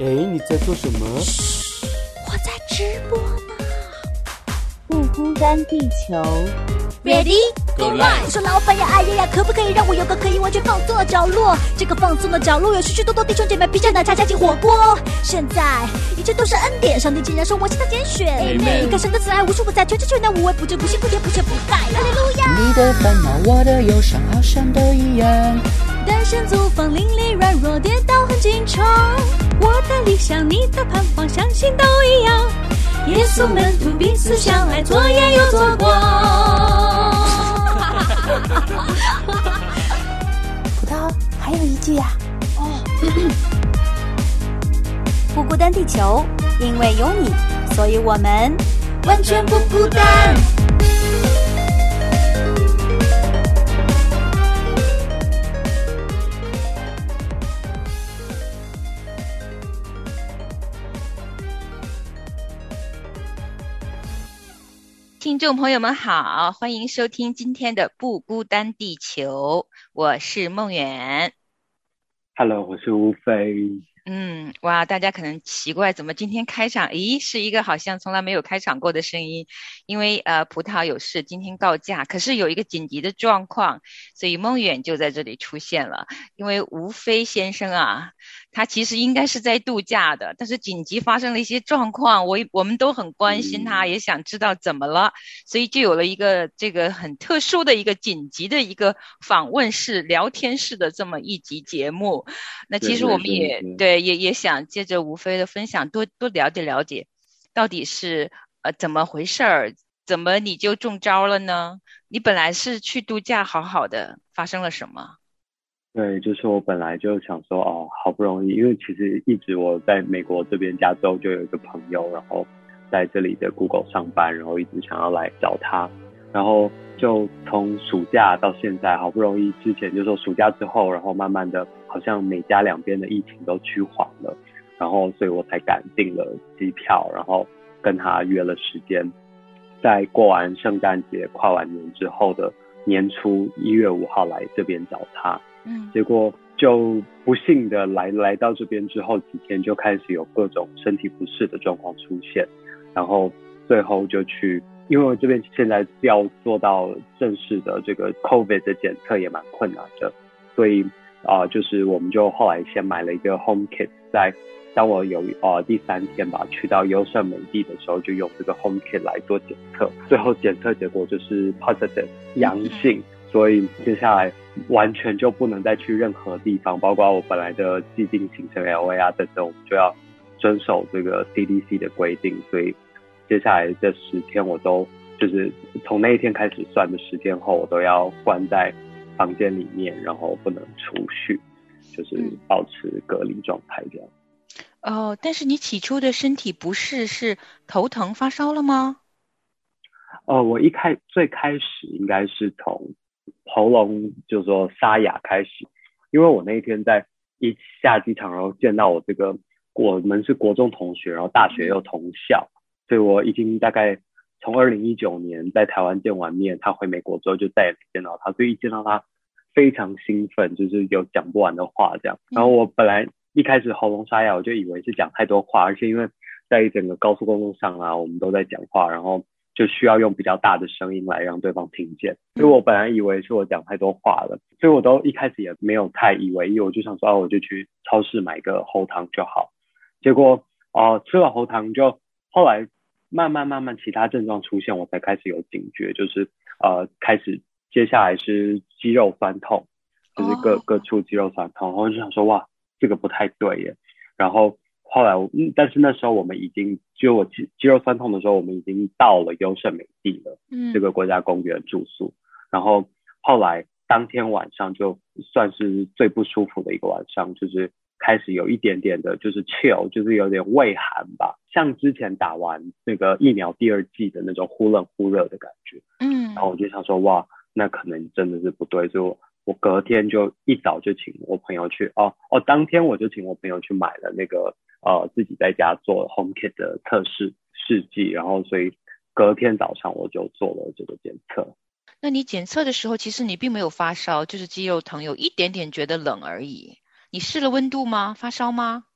哎，你在做什么？ 嘘，我在直播呢。 不孤单地球 Ready Go live 我说老板呀，哎呀呀，可不可以让我有个可以完全放松的角落？这个放松的角落有许许多多弟兄姐妹披着奶茶加进火锅。现在一切都是恩典，上帝竟然说我是他拣选。 Amen 你看神的慈爱无处不在，全知全能无微不至，不辛不甜不缺不盖。哈利路亚！ 你的烦恼，我的忧伤，好像都一样。 单身租房，邻里软弱，跌倒很紧张。我的理想，你的盼望，相信都一样。耶稣门徒彼此相爱，做盐又做光。 葡萄还有一句呀、 不孤单地球，因为有你，所以我们完全不孤单。 听众朋友们好，欢迎收听今天的不孤单地球，我是梦远。 Hello， 我是吴飞。 哇，大家可能奇怪，怎么今天开场，是一个好像从来没有开场过的声音，因为葡萄有事，今天告假，可是有一个紧急的状况，所以梦远就在这里出现了。因为吴飞先生啊，他其实应该是在度假的，但是紧急发生了一些状况，我们都很关心他，也想知道怎么了，所以就有了一个这个很特殊的一个紧急的一个访问式聊天式的这么一集节目。那其实我们也想借着吴飞的分享多了解了解到底是怎么回事儿，怎么你就中招了呢？你本来是去度假好好的，发生了什么？ 对，就是我本来就想说好不容易，因为其实一直我在美国这边加州就有一个朋友，然后在这里的 Google 上班，然后一直想要来找他，然后就从暑假到现在，好不容易之前就说暑假之后，然后慢慢的好像美加两边的疫情都趋缓了，然后所以我才赶订了机票，然后跟他约了时间，在过完圣诞节跨完年之后的年初1月5号来这边找他。结果就不幸的来到这边之后几天就开始有各种身体不适的状况出现，然后最后就去，因为我这边现在要做到正式的这个 COVID 的检测也蛮困难的，所以就是我们就后来先买了一个 home kit， 在当我有第3天吧去到优胜美地的时候，就用这个 home kit 来做检测，最后检测结果就是 positive 阳性，所以接下来完全就不能再去任何地方，包括我本来的既定行程 LA 啊等等，我们就要遵守这个 CDC 的规定，所以接下来这10天我都就是从那一天开始算的10天后，我都要关在房间里面，然后不能出去，就是保持隔离状态这样。 但是你起初的身体不适是头疼发烧了吗？ 我最开始应该是从喉咙就是说沙哑开始，因为我那一天在一下机场，然后见到我们是国中同学，然后大学又同校，所以我已经大概从2019年在台湾见完面，他回美国之后就再也没见到他，所以一见到他非常兴奋，就是有讲不完的话这样。然后我本来一开始喉咙沙哑，我就以为是讲太多话，而且因为在整个高速公路上啊，我们都在讲话，然后就需要用比较大的声音来让对方听见，所以我本来以为是我讲太多话了，所以我都一开始也没有太以为意，我就想说我就去超市买个喉糖就好。结果吃了喉糖就后来慢慢其他症状出现，我才开始有警觉，就是开始接下来是肌肉酸痛，就是各处肌肉酸痛，然后就想说哇这个不太对耶，然后后来但是那时候我们已经就我肌肉酸痛的时候，我们已经到了优胜美地了，这个国家公园住宿，然后后来当天晚上就算是最不舒服的一个晚上，就是开始有一点点的就是 chill， 就是有点畏寒吧，像之前打完那个疫苗第2剂的那种忽冷忽热的感觉。然后我就想说哇那可能真的是不对，所以我隔天就一早就请我朋友去当天我就请我朋友去买了那个自己在家做 home kit 的测试试剂，然后所以隔天早上我就做了这个检测。 那你检测的时候其实你并没有发烧，就是肌肉疼，有一点点觉得冷而已。你试了温度吗？发烧吗？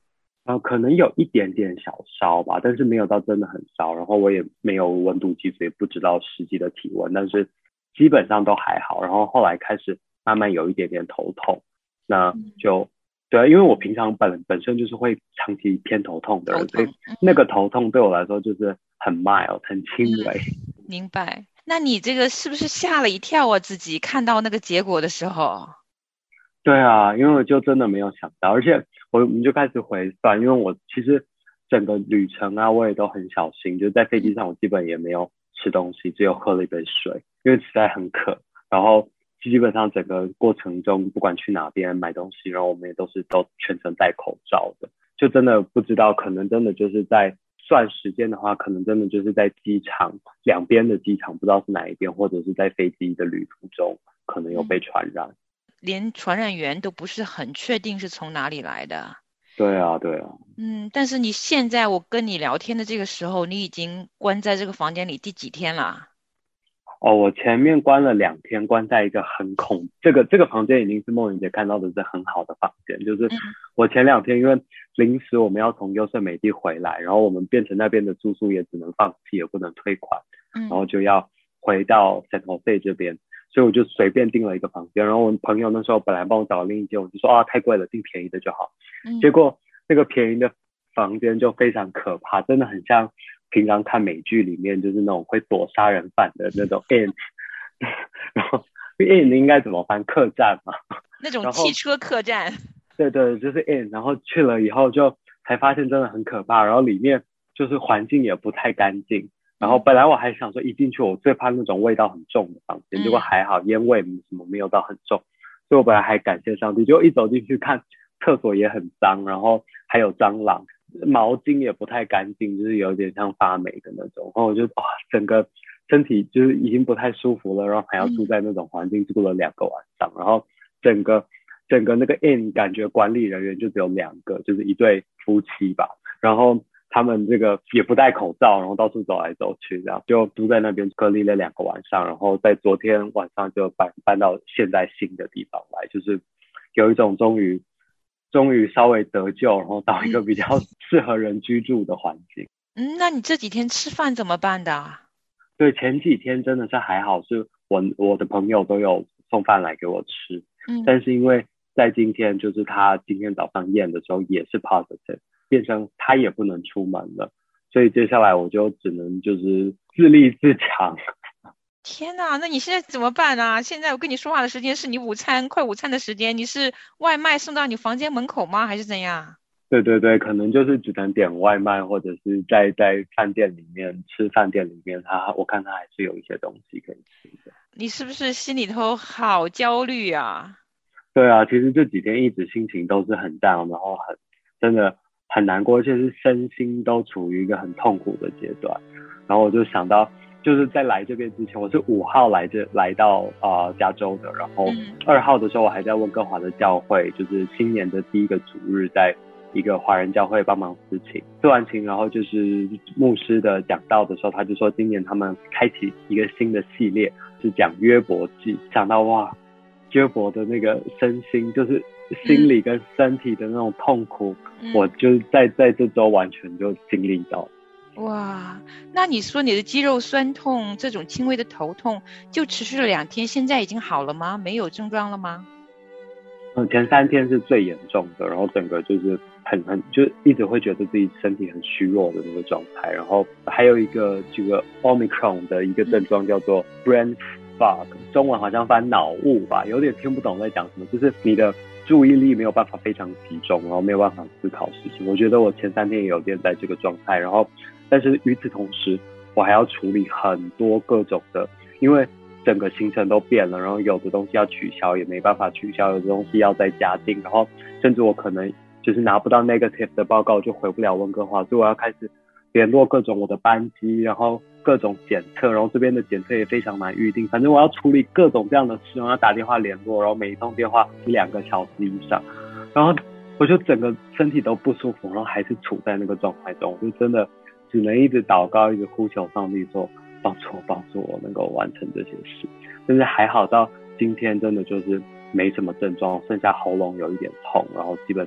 可能有一点点小烧吧，但是没有到真的很烧，然后我也没有温度计，所以不知道实际的体温，但是基本上都还好。然后后来开始慢慢有一点点头痛，那就对啊，因为我平常本身就是会长期偏头痛的人，所以那个头痛对我来说就是很 mild 很轻微。 明白。那你这个是不是吓了一跳啊？自己看到那个结果的时候？ 对啊，因为我就真的没有想到，而且我们就开始回算，因为我其实整个旅程啊，我也都很小心，就在飞机上我基本也没有吃东西，只有喝了一杯水，因为实在很渴。然后基本上整个过程中，不管去哪边买东西，然后我们也都全程戴口罩的，就真的不知道，可能真的就是在算时间的话，可能真的就是在机场两边的机场，不知道是哪一边，或者是在飞机的旅途中，可能有被传染。 连传染源都不是很确定是从哪里来的。 对啊。 但是你现在我跟你聊天的这个时候，你已经关在这个房间里第几天了？ 我前面关了2天，关在一个这个房间已经是梦玲姐看到的是很好的房间，就是我前2天因为临时我们要从优胜美地回来，然后我们变成那边的住宿也只能放弃，也不能退款，然后就要回到 San Jose 这边，所以我就随便订了一个房间。然后我朋友那时候本来帮我找了另一间，我就说太贵了，订便宜的就好。结果那个便宜的房间就非常可怕，真的很像平常看美剧里面就是那种会躲杀人犯的那种 inn 然后 inn 应该怎么翻？客栈嘛， 那种汽车客栈。 对，就是 inn。 然后去了以后就才发现真的很可怕，然后里面就是环境也不太干净。然后本来我还想说一进去我最怕那种味道很重的房间，结果还好烟味什么没有到很重，所以我本来还感谢上帝，就一走进去看厕所也很脏，然后还有蟑螂，毛巾也不太干净，就是有点像发霉的那种。然后我就整个身体就是已经不太舒服了，然后还要住在那种环境，住了2个晚上。然后整个那个 inn 感觉管理人员就只有2个，就是一对夫妻吧，然后他们这个也不戴口罩，然后到处走来走去，这样就住在那边隔离了2个晚上，然后在昨天晚上就搬到现在新的地方来，就是有一种终于稍微得救，然后到一个比较适合人居住的环境。 那你这几天吃饭怎么办的？ 对，前几天真的是还好，是我的朋友都有送饭来给我吃，但是因为在今天就是他今天早上验的时候也是 positive， 变成他也不能出门了，所以接下来我就只能就是自立自强。 天哪，那你现在怎么办啊？现在我跟你说话的时间是你快午餐的时间，你是外卖送到你房间门口吗？还是怎样？ 对，可能就是只能点外卖，或者是在饭店里面吃，饭店里面我看他还是有一些东西可以吃的。 你是不是心里头好焦虑啊？ 对啊，其实这几天一直心情都是很 down， 然后真的很难过，而且是身心都处于一个很痛苦的阶段。然后我就想到就是在来这边之前，我是5号来到加州的，然后2号的时候我还在温哥华的教会，就是新年的第一个主日，在一个华人教会帮忙司琴，司完琴，然后就是牧师的讲道的时候，他就说今年他们开启一个新的系列，是讲约伯记。想到约伯的那个身心，就是心理跟身体的那种痛苦，我就在这周完全就经历到。 哇，那你说你的肌肉酸痛，这种轻微的头痛就持续了2天，现在已经好了吗？没有症状了吗？ 前3天是最严重的，然后整个就是就一直会觉得自己身体很虚弱的那个状态。然后还有一个这个 Omicron 的一个症状叫做 brain fog， 中文好像翻脑雾吧，有点听不懂在讲什么，就是你的注意力没有办法非常集中，然后没有办法思考事情。我觉得我前3天也有点在这个状态，然后但是与此同时我还要处理很多各种的，因为整个行程都变了，然后有的东西要取消也没办法取消，有的东西要再加订，然后甚至我可能就是拿不到 negative 的报告就回不了温哥华，所以我要开始联络各种我的班机，然后各种检测，然后这边的检测也非常难预定，反正我要处理各种这样的事，然后要打电话联络，然后每一通电话2个小时以上，然后我就整个身体都不舒服，然后还是处在那个状态中，我就真的只能一直祷告，一直呼求上帝说帮助我能够完成这些事。但是还好到今天真的就是没什么症状，剩下喉咙有一点痛，然后基本上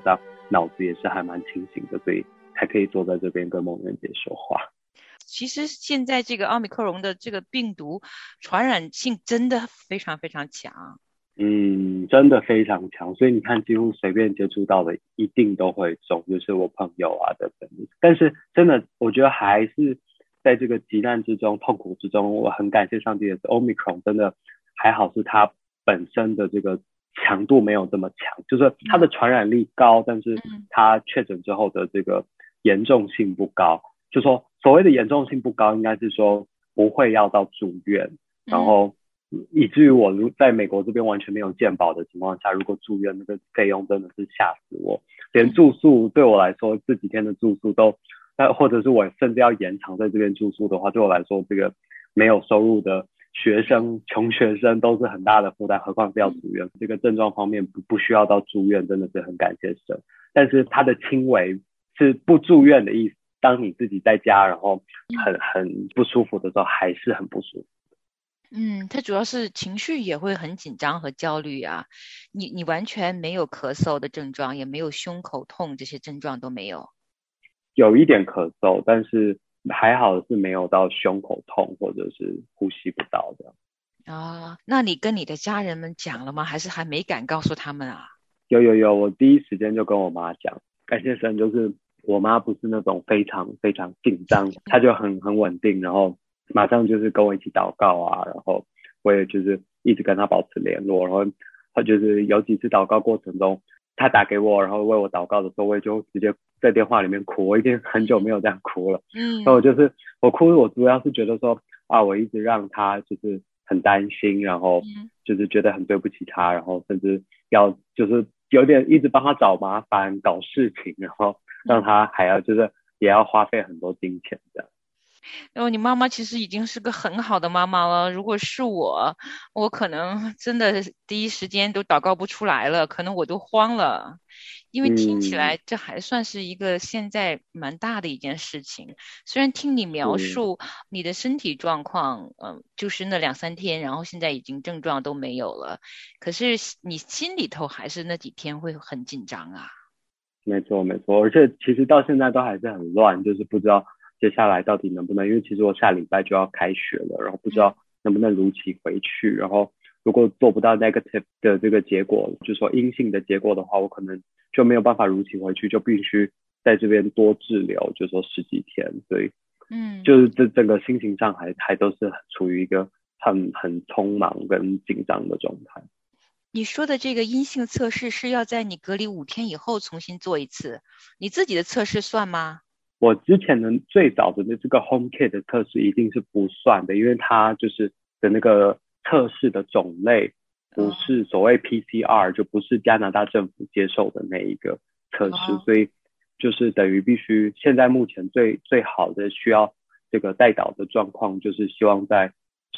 脑子也是还蛮清醒的，所以才可以坐在这边跟梦圆姐说话。 其实现在这个奥密克戎的这个病毒传染性真的非常非常强。 真的非常强，所以你看几乎随便接触到的一定都会中，就是我朋友啊等等。但是真的我觉得还是在这个急难之中痛苦之中，我很感谢上帝的是 Omicron 真的还好是它本身的这个强度没有这么强，就是它的传染力高，但是它确诊之后的这个严重性不高。就说所谓的严重性不高应该是说不会要到住院，然后以至于我在美国这边完全没有健保的情况下，如果住院那个费用真的是吓死我，连住宿对我来说这几天的住宿都或者是我甚至要延长在这边住宿的话，对我来说这个没有收入的学生穷学生都是很大的负担，何况是要住院。这个症状方面不需要到住院，真的是很感谢神。但是它的轻微是不住院的意思，当你自己在家然后很不舒服的时候还是很不舒服。 他主要是情绪也会很紧张和焦虑啊。你完全没有咳嗽的症状，也没有胸口痛，这些症状都没有？ 有一点咳嗽，但是还好是没有到胸口痛或者是呼吸不到的。 那你跟你的家人们讲了吗？还是还没敢告诉他们啊？ 有，我第一时间就跟我妈讲。感谢神，就是我妈不是那种非常非常紧张，她就很稳定，然后马上就是跟我一起祷告啊，然后我也就是一直跟她保持联络，然后她就是有几次祷告过程中，她打给我，然后为我祷告的时候，我也就直接在电话里面哭，我已经很久没有这样哭了。然后我哭，我主要是觉得说我一直让她就是很担心，然后就是觉得很对不起她，然后甚至要就是有点一直帮她找麻烦搞事情，然后让她还要就是也要花费很多金钱这样。 然后你妈妈其实已经是个很好的妈妈了，如果是我可能真的第一时间都祷告不出来了，可能我都慌了。因为听起来这还算是一个现在蛮大的一件事情。虽然听你描述你的身体状况就是那2-3天，然后现在已经症状都没有了，可是你心里头还是那几天会很紧张啊。 没错，而且其实到现在都还是很乱，就是不知道接下来到底能不能，因为其实我下礼拜就要开学了，然后不知道能不能如期回去，然后如果做不到 negative 的这个结果，就是说阴性的结果的话，我可能就没有办法如期回去，就必须在这边多滞留，就是说10几天。所以就是这整个心情上还都是处于一个很匆忙跟紧张的状态。 你说的这个阴性测试是要在你隔离5天以后重新做一次，你自己的测试算吗？ 我之前的最早的这个 home kit 的测试一定是不算的，因为它就是的那个测试的种类不是所谓 PCR， 就不是加拿大政府接受的那一个测试，所以就是等于必须现在目前最好的需要这个代祷的状况，就是希望在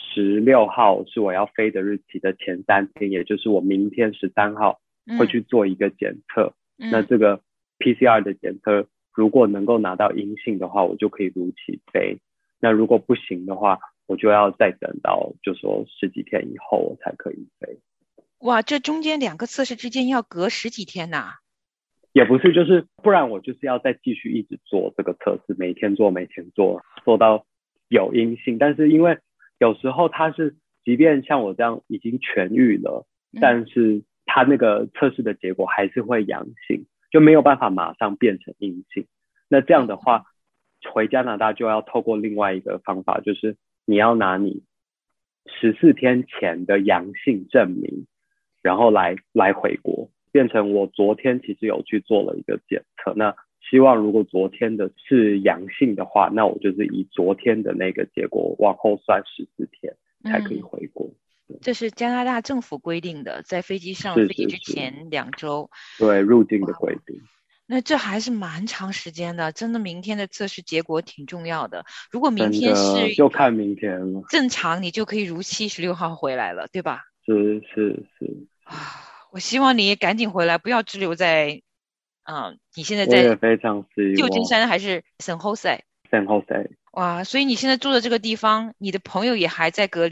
16号是我要飞的日期的前3天，也就是我明天13号会去做一个检测。那这个 PCR 的检测如果能够拿到阴性的话，我就可以如期飞。那如果不行的话，我就要再等到就说10几天以后我才可以飞。 哇，这中间2个测试之间要隔10几天呐？ 也不是，就是不然我就是要再继续一直做这个测试，每天做做到有阴性。但是因为有时候它是即便像我这样已经痊愈了，但是它那个测试的结果还是会阳性，就没有办法马上变成阴性。那这样的话回加拿大就要透过另外一个方法，就是你要拿你14天前的阳性证明，然后来回国。变成我昨天其实有去做了一个检测，那希望如果昨天的是阳性的话，那我就是以昨天的那个结果往后算14天才可以回国。 这是加拿大政府规定的，在飞机上飞机之前2周。 对，入境的规定。 那这还是蛮长时间的，真的明天的测试结果挺重要的。如果明天是就看明天了， 正常你就可以如期16号回来了，对吧？ 是我希望你赶紧回来，不要滞留在你现在在我也非常希望。 旧金山还是San Jose？ San Jose。 哇，所以你现在住的这个地方，你的朋友也还在隔离，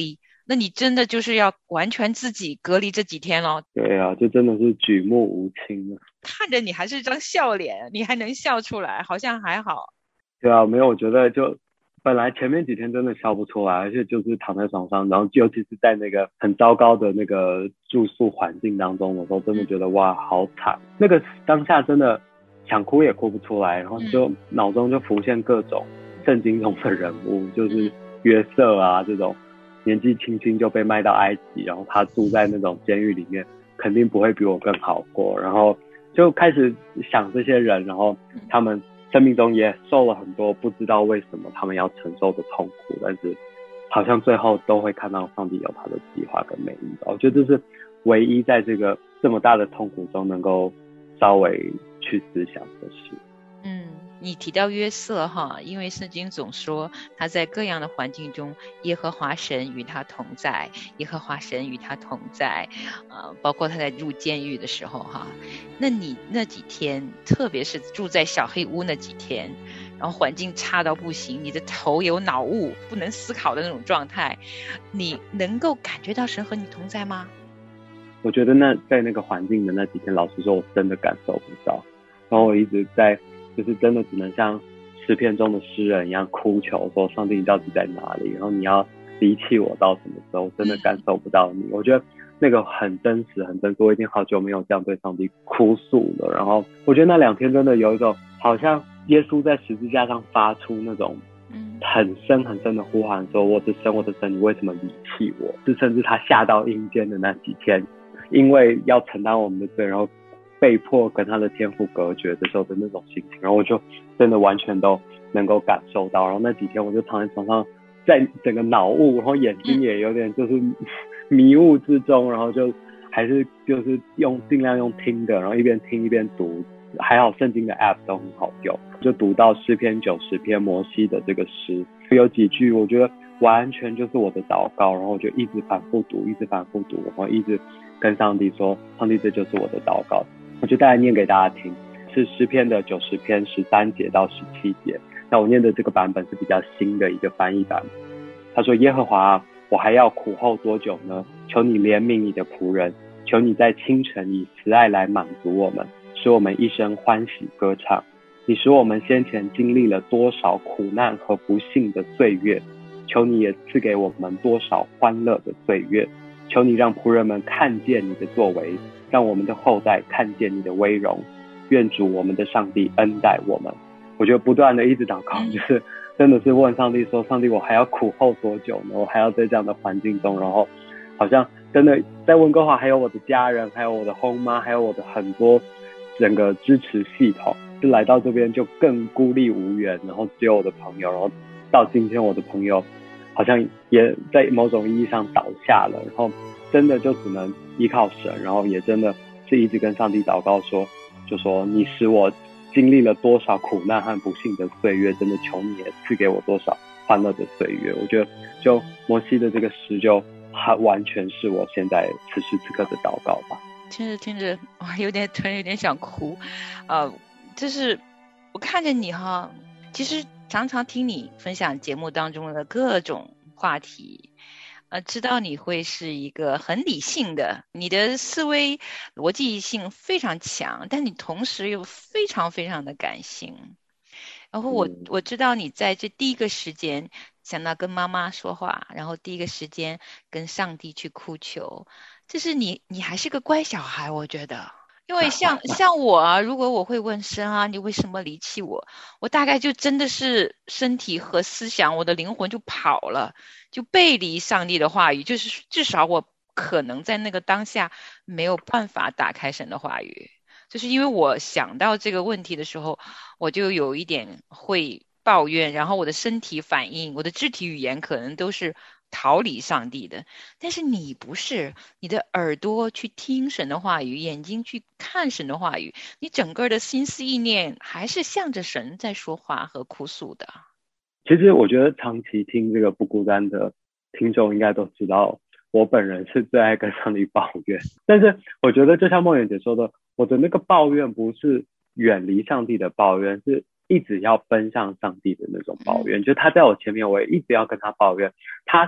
那你真的就是要完全自己隔离这几天咯。 对啊，就真的是举目无亲了。 看着你还是一张笑脸，你还能笑出来，好像还好。 对啊，没有，我觉得就本来前面几天真的笑不出来，而且就是躺在床上，然后尤其是在那个很糟糕的那个住宿环境当中的时候，真的觉得哇好惨。那个当下真的想哭也哭不出来，然后就脑中就浮现各种圣经中的人物，就是约瑟啊这种年纪轻轻就被卖到埃及，然后他住在那种监狱里面，肯定不会比我更好过。然后就开始想这些人，然后他们生命中也受了很多不知道为什么他们要承受的痛苦，但是好像最后都会看到上帝有他的计划跟美意吧。我觉得这是唯一在这个这么大的痛苦中能够稍微去思想的事。 你提到约瑟哈，因为圣经总说他在各样的环境中，耶和华神与他同在，耶和华神与他同在，包括他在入监狱的时候哈。那你那几天，特别是住在小黑屋那几天，然后环境差到不行，你的头有脑雾，不能思考的那种状态，你能够感觉到神和你同在吗？ 我觉得在那个环境的那几天，老实说我真的感受不到，然后我一直在就是真的只能像诗篇中的诗人一样哭求说上帝你到底在哪里，然后你要离弃我到什么时候，真的感受不到你。我觉得那个很真实很真实，我已经好久没有这样对上帝哭诉了。然后我觉得那2天真的有一种好像耶稣在十字架上发出那种很深很深的呼喊，说我的神我的神你为什么离弃我，是甚至他下到阴间的那几天，因为要承担我们的罪，然后被迫跟他的天父隔绝的时候的那种心情，然后我就真的完全都能够感受到。然后那几天我就躺在床上，在整个脑雾，然后眼睛也有点就是迷雾之中，然后就还是就是尽量用听的，然后一边听一边读，还好圣经的 app 都很好用，就读到诗篇90篇摩西的这个诗，有几句我觉得完全就是我的祷告，然后我就一直反复读一直反复读，然后一直跟上帝说上帝这就是我的祷告。我就大概念给大家听，是诗篇的90篇13节到17节。那我念的这个版本是比较新的一个翻译版。他说耶和华啊，我还要苦候多久呢？求你怜悯你的仆人，求你在清晨以慈爱来满足我们，使我们一生欢喜歌唱。你使我们先前经历了多少苦难和不幸的岁月，求你也赐给我们多少欢乐的岁月。求你让仆人们看见你的作为，让我们的后代看见你的威荣。愿主我们的上帝恩待我们。我觉得不断的一直祷告，就是真的是问上帝说，上帝我还要苦候多久呢？我还要在这样的环境中，然后好像真的在温哥华还有我的家人，还有我的后妈，还有我的很多整个支持系统，就来到这边就更孤立无援，然后只有我的朋友，然后到今天我的朋友好像也在某种意义上倒下了，然后真的就只能依靠神，然后也真的是一直跟上帝祷告说，就说你使我经历了多少苦难和不幸的岁月，真的求你也赐给我多少欢乐的岁月。我觉得就摩西的这个诗就完全是我现在此时此刻的祷告吧。 听着听着我突然有点想哭就是我看着你哈，其实常常听你分享节目当中的各种话题，知道你会是一个很理性的，你的思维逻辑性非常强，但你同时又非常非常的感性。然后我知道你在这第一个时间想到跟妈妈说话，然后第一个时间跟上帝去哭求，这是你还是个乖小孩，我觉得。因为像我啊，如果我会问神啊，你为什么离弃我？我大概就真的是身体和思想，我的灵魂就跑了，就背离上帝的话语，就是至少我可能在那个当下没有办法打开神的话语，就是因为我想到这个问题的时候，我就有一点会抱怨，然后我的身体反应，我的肢体语言可能都是逃离上帝的。但是你不是，你的耳朵去听神的话语，眼睛去看神的话语，你整个的心思意念还是向着神在说话和哭诉的。 其实我觉得长期听这个不孤单的听众应该都知道，我本人是最爱跟上帝抱怨，但是我觉得就像梦圆姐说的，我的那个抱怨不是远离上帝的抱怨，是一直要奔向上帝的那种抱怨，就他在我前面，我也一直要跟他抱怨，他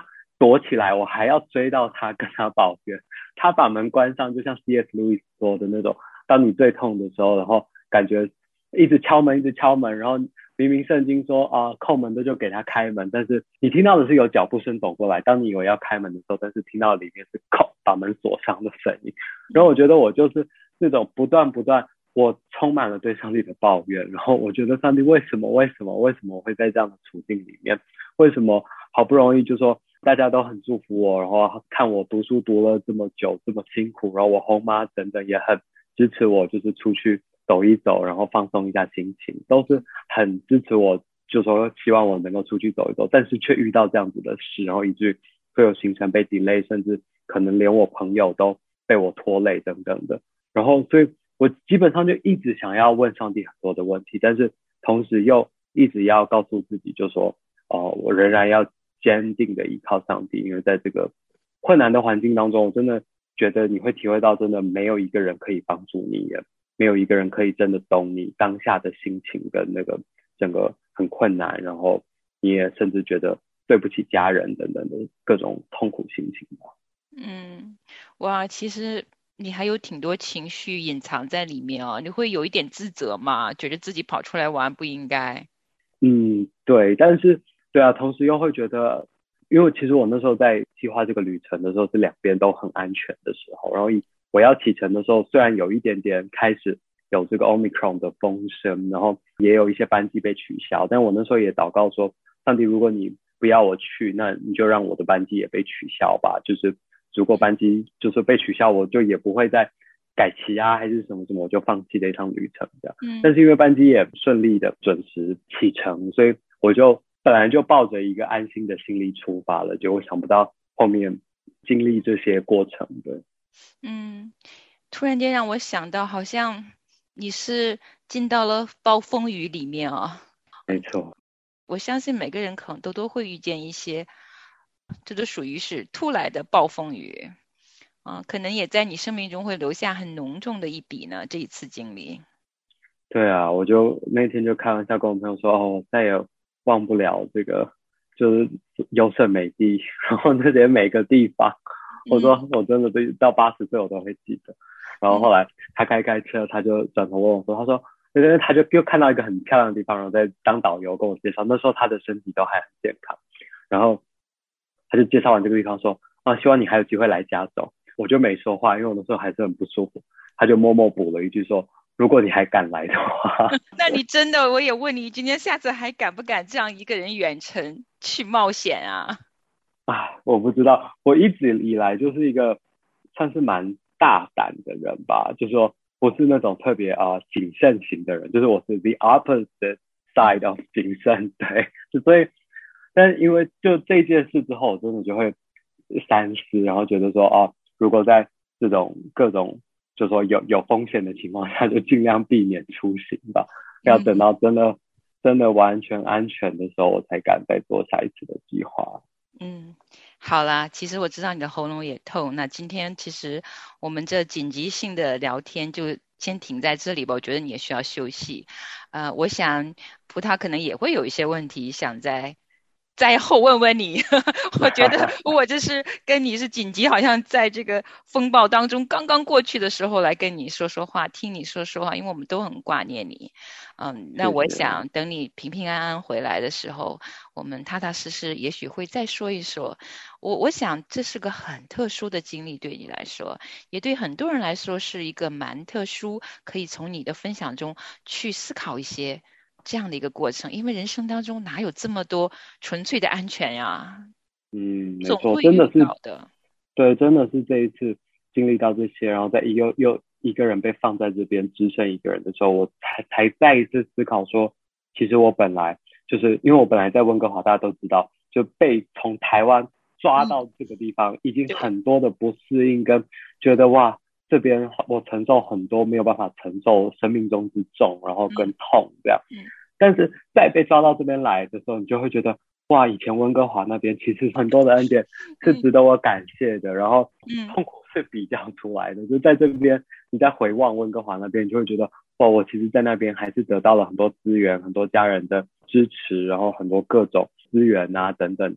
躲起来，我还要追到他跟他抱怨。他把门关上，就像 C.S. Lewis 说的那种，当你最痛的时候，然后感觉一直敲门，然后明明圣经说叩门的就给他开门，但是你听到的是有脚步声走过来，当你以为要开门的时候，但是听到里面是把门锁上的声音。然后我觉得我就是那种不断，我充满了对上帝的抱怨，然后我觉得上帝为什么我会在这样的处境里面，为什么好不容易就说大家都很祝福我，然后看我读书读了这么久这么辛苦，然后我后妈等等也很支持我，就是出去走一走，然后放松一下心情，都是很支持我，就说希望我能够出去走一走，但是却遇到这样子的事，然后以至于会有行程被 delay， 甚至可能连我朋友都被我拖累等等的。然后所以我基本上就一直想要问上帝很多的问题，但是同时又一直要告诉自己就说我仍然要坚定的依靠上帝，因为在这个困难的环境当中，我真的觉得你会体会到真的没有一个人可以帮助你，也没有一个人可以真的懂你当下的心情跟那个整个很困难，然后你也甚至觉得对不起家人等等的各种痛苦心情吧。 哇，其实你还有挺多情绪隐藏在里面你会有一点自责吗？觉得自己跑出来玩不应该？ 对，但是对啊，同时又会觉得，因为其实我那时候在计划这个旅程的时候是两边都很安全的时候，然后我要启程的时候，虽然有一点点开始有这个 Omicron 的风声，然后也有一些班机被取消，但我那时候也祷告说，上帝，如果你不要我去，那你就让我的班机也被取消吧，就是如果班机就是被取消，我就也不会再改期还是什么什么，我就放弃这一趟旅程这样。但是因为班机也顺利的准时启程，所以我就本来就抱着一个安心的心理出发了，结果想不到后面经历这些过程的。 突然间让我想到，好像你是进到了暴风雨里面没错， 我相信每个人可能都会遇见一些，这都属于是突来的暴风雨可能也在你生命中会留下很浓重的一笔呢。这一次经历， 对啊，我就那天就开玩笑跟我朋友说，我再也忘不了这个就是优胜美地，然后那些每个地方，我说我真的到80岁我都会记得。然后后来他开车，他就转头问我说，他说他就又看到一个很漂亮的地方，然后在当导游跟我介绍，那时候他的身体都还很健康，然后他就介绍完这个地方说希望你还有机会来加州。我就没说话，因为我那时候还是很不舒服，他就默默补了一句说，如果你还敢来的话。 那你真的，我也问你，今天下次还敢不敢这样一个人远程去冒险啊？ 我不知道，我一直以来就是一个算是蛮大胆的人吧，就是说不是那种特别谨慎型的人，就是我是 the opposite side of 谨慎，对，所以但因为就这件事之后，我真的就会三思，然后觉得说如果在这种各种就说有风险的情况下，就尽量避免出行吧，要等到真的完全安全的时候，我才敢再做下一次的计划。 好啦，其实我知道你的喉咙也痛，那今天其实我们这紧急性的聊天就先停在这里吧，我觉得你也需要休息。我想葡萄可能也会有一些问题想再后问问你我觉得我这是跟你是紧急，好像在这个风暴当中刚刚过去的时候来跟你说说话，听你说说话，因为我们都很挂念你。那我想等你平平安安回来的时候，我们踏踏实实也许会再说一说。我想这是个很特殊的经历，对你来说也对很多人来说是一个蛮特殊，可以从你的分享中去思考一些这样的一个过程，因为人生当中哪有这么多纯粹的安全呀？ 没错，真的是对，真的是这一次经历到这些，然后再又一个人被放在这边只剩一个人的时候，我才再一次思考说，其实我本来就是因为我本来在温哥华，大家都知道，就被从台湾抓到这个地方，已经很多的不适应，跟觉得哇，这边我承受很多没有办法承受生命中之重，然后跟痛这样。但是在被抓到这边来的时候，你就会觉得哇，以前温哥华那边其实很多的恩典是值得我感谢的，然后痛苦是比较出来的，就在这边你在回望温哥华那边，你就会觉得哇，我其实在那边还是得到了很多资源，很多家人的支持，然后很多各种资源等等的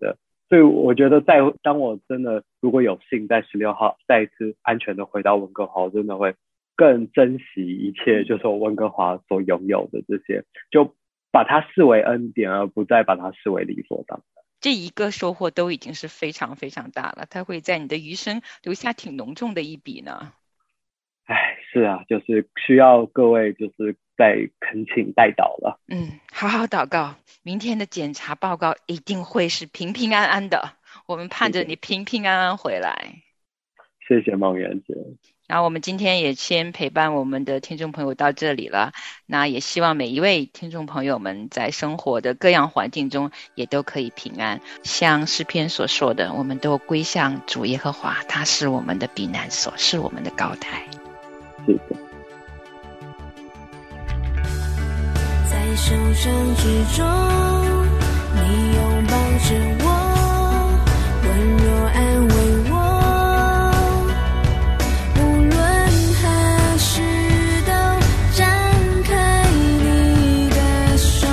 所以我觉得当我真的如果有幸在16号再一次安全的回到温哥华，我真的会更珍惜一切，就是我温哥华所拥有的这些，就把它视为恩典，而不再把它视为理所当然。 这一个收获都已经是非常非常大了，它会在你的余生留下挺浓重的一笔呢。 是啊，就是需要各位就是再恳请代祷了。 好好祷告，明天的检查报告一定会是平平安安的，我们盼着你平平安安回来。 谢谢梦圆姐。 然后我们今天也先陪伴我们的听众朋友到这里了，那也希望每一位听众朋友们在生活的各样环境中也都可以平安，像诗篇所说的，我们都归向主耶和华，他是我们的避难所，是我们的高台。 是的， 在受伤之中，你拥抱着我，温柔安慰我，无论何时都张开你的手，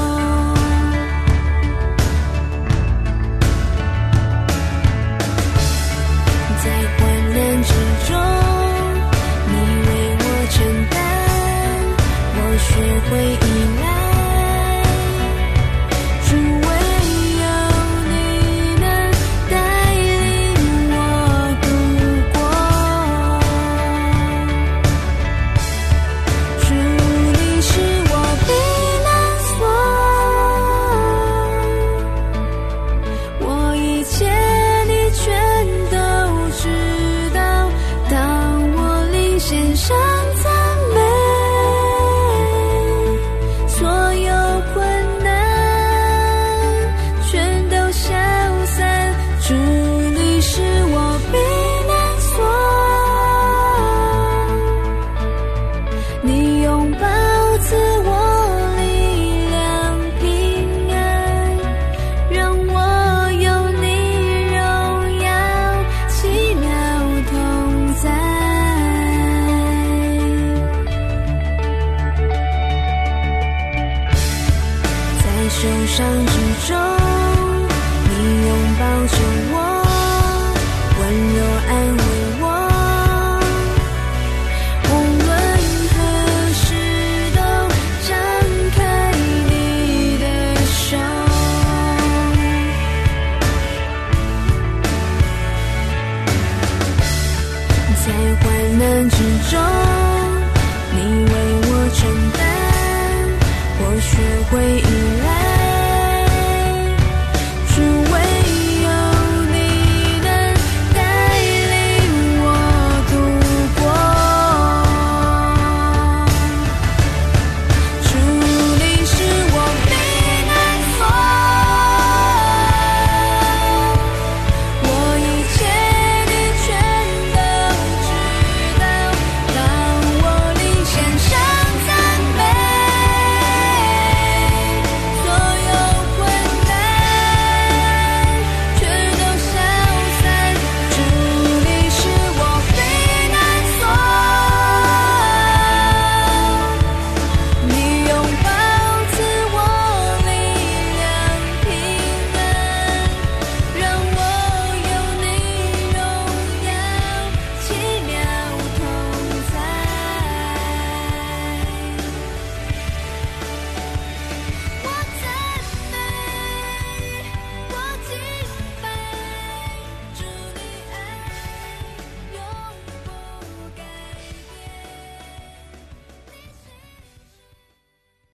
在患难之中学会依赖，主唯有你能带领我度过，主你是我避难所，我一切你全都知道，当我领献上受伤之中，你拥抱着我，温柔安慰我，无论何时都张开你的手，在患难之中，你为我承担，我学会